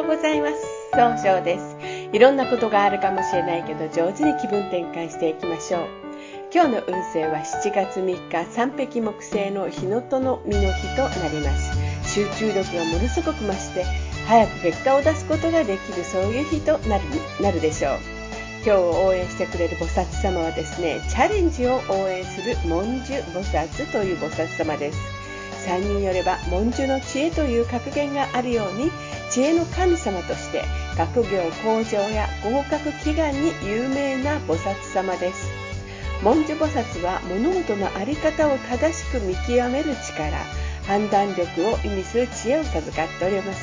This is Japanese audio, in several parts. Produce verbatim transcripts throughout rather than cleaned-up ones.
ようございます。総称です。いろんなことがあるかもしれないけど、上手に気分転換していきましょう。今日の運勢はしちがつみっか、三匹木星の日のとの実の日となります。集中力がものすごく増して、早く結果を出すことができる、そういう日となる、なるでしょう。今日を応援してくれる菩薩様はですね、チャレンジを応援する文殊菩薩という菩薩様です。さんにんよれば文殊の知恵という格言があるように、知恵の神様として学業向上や合格祈願に有名な菩薩様です。文殊菩薩は物事の在り方を正しく見極める力、判断力を意味する知恵を授かっております。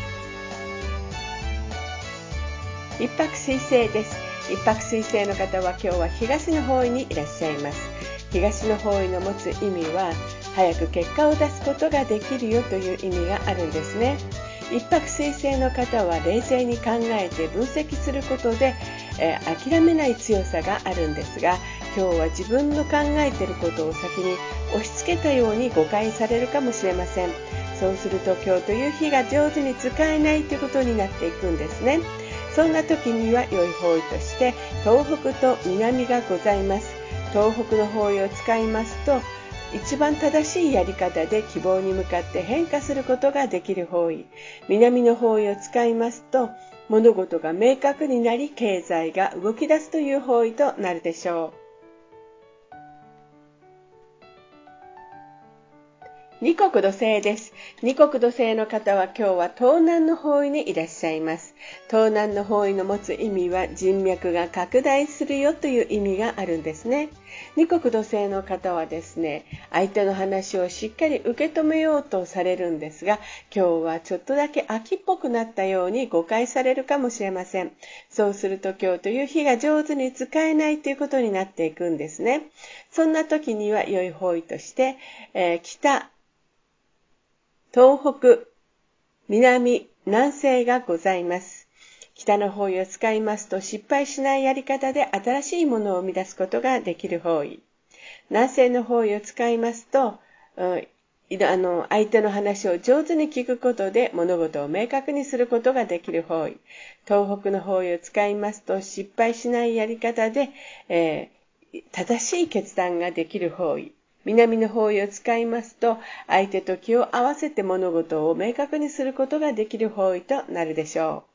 一泊水星です。一泊水星の方は今日は東の方位にいらっしゃいます。東の方位の持つ意味は、早く結果を出すことができるよという意味があるんですね。一泊水星の方は冷静に考えて分析することで、えー、諦めない強さがあるんですが、今日は自分の考えていることを先に押し付けたように誤解されるかもしれません。そうすると今日という日が上手に使えないということになっていくんですね。そんな時には良い方位として東北と南がございます。東北の方位を使いますと、一番正しいやり方で希望に向かって変化することができる方位。南の方位を使いますと、物事が明確になり、経済が動き出すという方位となるでしょう。二国土星です。二国土星の方は今日は東南の方位にいらっしゃいます。東南の方位の持つ意味は、人脈が拡大するよという意味があるんですね。二国土星の方はですね、相手の話をしっかり受け止めようとされるんですが、今日はちょっとだけ秋っぽくなったように誤解されるかもしれません。そうすると今日という日が上手に使えないということになっていくんですね。そんな時には良い方位として、えー、北、東北、南、南西がございます。北の方位を使いますと、失敗しないやり方で新しいものを生み出すことができる方位。南西の方位を使いますと、うん、あの相手の話を上手に聞くことで物事を明確にすることができる方位。東北の方位を使いますと、失敗しないやり方で、えー、正しい決断ができる方位。南の方位を使いますと、相手と気を合わせて物事を明確にすることができる方位となるでしょう。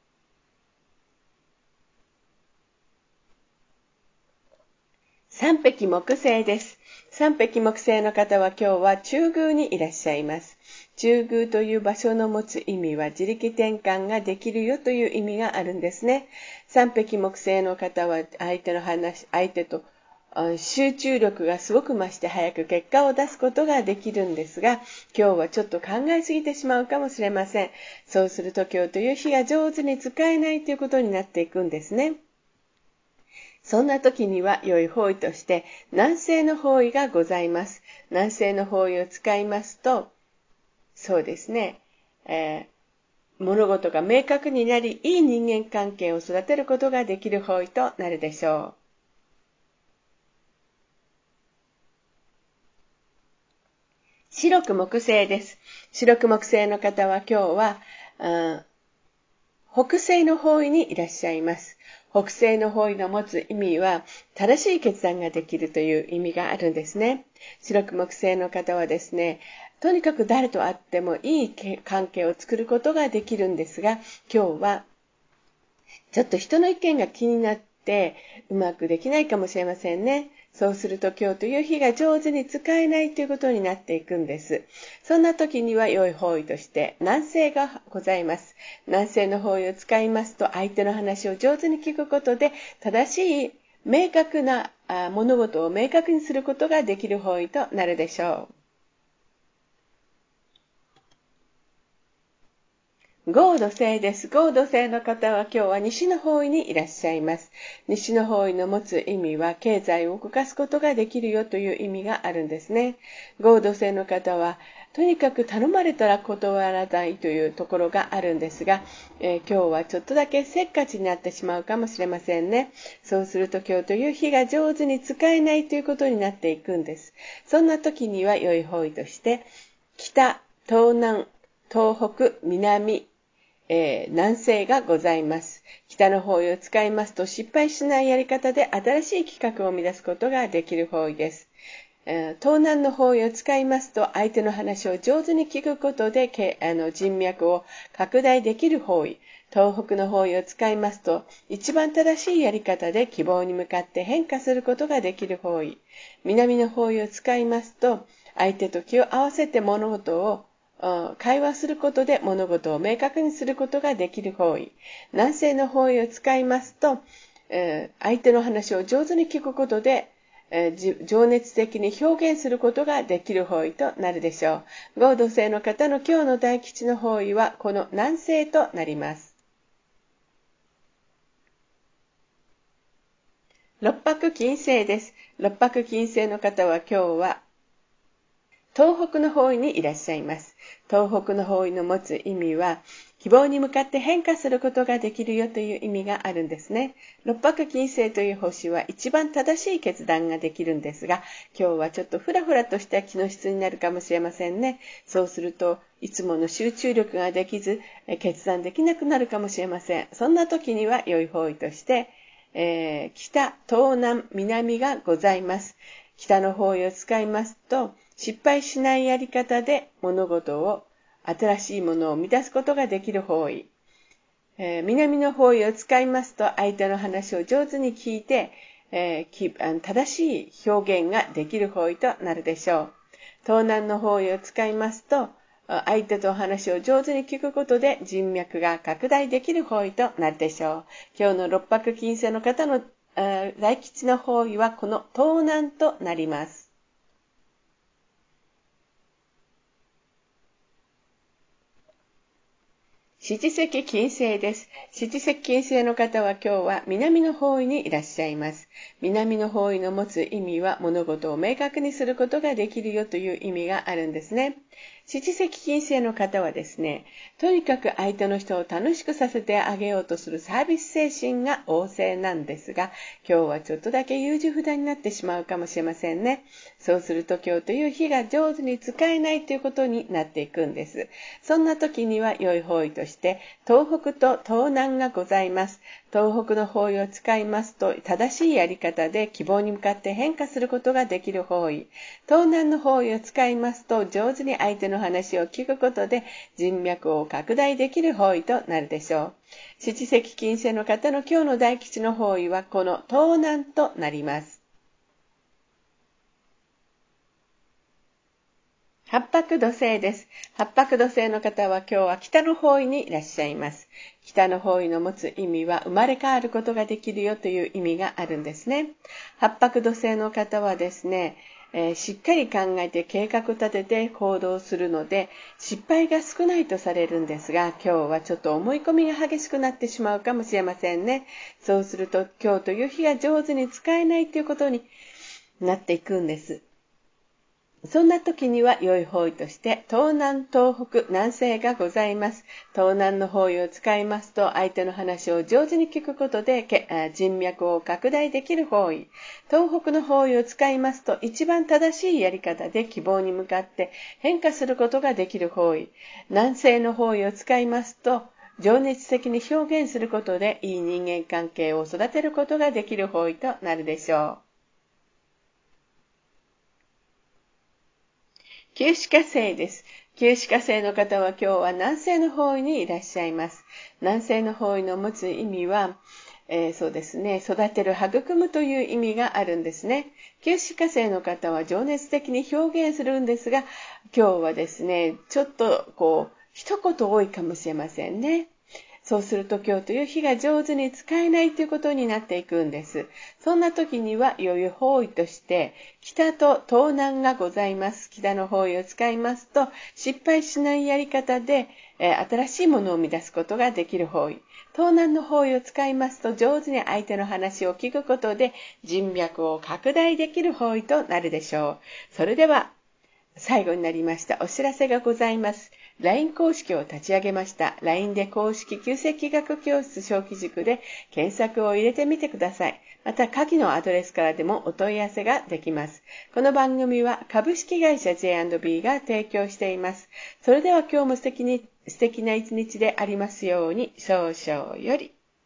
三匹木星です。三匹木星の方は今日は中宮にいらっしゃいます。中宮という場所の持つ意味は、自力転換ができるよという意味があるんですね。三匹木星の方は相手の話、相手と集中力がすごく増して早く結果を出すことができるんですが、今日はちょっと考えすぎてしまうかもしれません。そうすると今日という日が上手に使えないということになっていくんですね。そんな時には良い方位として南西の方位がございます。南西の方位を使いますと、そうですね、えー、物事が明確になり、いい人間関係を育てることができる方位となるでしょう。白く木星です。白く木星の方は今日は、うん、北西の方位にいらっしゃいます。北西の方位の持つ意味は、正しい決断ができるという意味があるんですね。白く木星の方はですね、とにかく誰と会ってもいい関係を作ることができるんですが、今日はちょっと人の意見が気になってうまくできないかもしれませんね。そうすると今日という日が上手に使えないということになっていくんです。そんな時には良い方位として南西がございます。南西の方位を使いますと、相手の話を上手に聞くことで正しい明確な物事を明確にすることができる方位となるでしょう。合土星です。合土星の方は今日は西の方位にいらっしゃいます。西の方位の持つ意味は、経済を動かすことができるよという意味があるんですね。合土星の方は、とにかく頼まれたら断らないというところがあるんですが、えー、今日はちょっとだけせっかちになってしまうかもしれませんね。そうすると今日という日が上手に使えないということになっていくんです。そんな時には良い方位として、北、東南、東北、南、 えー、南西がございます。北の方位を使いますと失敗しないやり方で新しい企画を生み出すことができる方位です。えー、東南の方位を使いますと相手の話を上手に聞くことでけあの人脈を拡大できる方位。東北の方位を使いますと一番正しいやり方で希望に向かって変化することができる方位。南の方位を使いますと相手と気を合わせて物事を会話することで物事を明確にすることができる方位。南西の方位を使いますと、えー、相手の話を上手に聞くことで、えー、情熱的に表現することができる方位となるでしょう。合土星の方の今日の大吉の方位はこの南西となります。六白金星です。六白金星の方は今日は東北の方位にいらっしゃいます。東北の方位の持つ意味は、希望に向かって変化することができるよという意味があるんですね。六白金星という星は一番正しい決断ができるんですが、今日はちょっとフラフラとした気の質になるかもしれませんね。そうすると、いつもの集中力ができず、決断できなくなるかもしれません。そんな時には良い方位として、えー、北、東南、南がございます。北の方位を使いますと、失敗しないやり方で物事を新しいものを生み出すことができる方位、えー、南の方位を使いますと相手の話を上手に聞いて、えー、正しい表現ができる方位となるでしょう。東南の方位を使いますと相手とお話を上手に聞くことで人脈が拡大できる方位となるでしょう。今日の六白金星の方の大吉の方位はこの東南となります。七石金星です。七石金星の方は今日は南の方位にいらっしゃいます。南の方位の持つ意味は物事を明確にすることができるよという意味があるんですね。七石金星の方はですね、とにかく相手の人を楽しくさせてあげようとするサービス精神が旺盛なんですが、今日はちょっとだけ優柔不断になってしまうかもしれませんね。そうすると今日という日が上手に使えないということになっていくんです。そんな時には良い方位として東北と東南がございます。東北の方位を使いますと正しいやり方で希望に向かって変化することができる方位。東南の方位を使いますと上手に相手の話を聞くことで人脈を拡大できる方位となるでしょう。七石金星の方の今日の大吉の方位はこの東南となります。八白土星です。八白土星の方は今日は北の方位にいらっしゃいます。北の方位の持つ意味は生まれ変わることができるよという意味があるんですね。八白土星の方はですね、えー、しっかり考えて計画立てて行動するので失敗が少ないとされるんですが、今日はちょっと思い込みが激しくなってしまうかもしれませんね。そうすると今日という日が上手に使えないということになっていくんです。そんな時には良い方位として東南、東北、南西がございます。東南の方位を使いますと相手の話を上手に聞くことで人脈を拡大できる方位。東北の方位を使いますと一番正しいやり方で希望に向かって変化することができる方位。南西の方位を使いますと情熱的に表現することでいい人間関係を育てることができる方位となるでしょう。九死火星です。九死火星の方は今日は南西の方位にいらっしゃいます。南西の方位の持つ意味は、えー、そうですね、育てる、育むという意味があるんですね。九死火星の方は情熱的に表現するんですが、今日はですね、ちょっとこう、一言多いかもしれませんね。そうすると今日という日が上手に使えないということになっていくんです。そんな時には良い方位として北と東南がございます。北の方位を使いますと失敗しないやり方で、えー、新しいものを生み出すことができる方位。東南の方位を使いますと上手に相手の話を聞くことで人脈を拡大できる方位となるでしょう。それでは最後になりましたお知らせがございます。 ライン 公式を立ち上げました。ライン で公式旧世紀学教室小規塾で検索を入れてみてください。また、下記のアドレスからでもお問い合わせができます。この番組は株式会社 ジェイアンドビー が提供しています。それでは今日も素敵に、素敵な一日でありますように、少々より。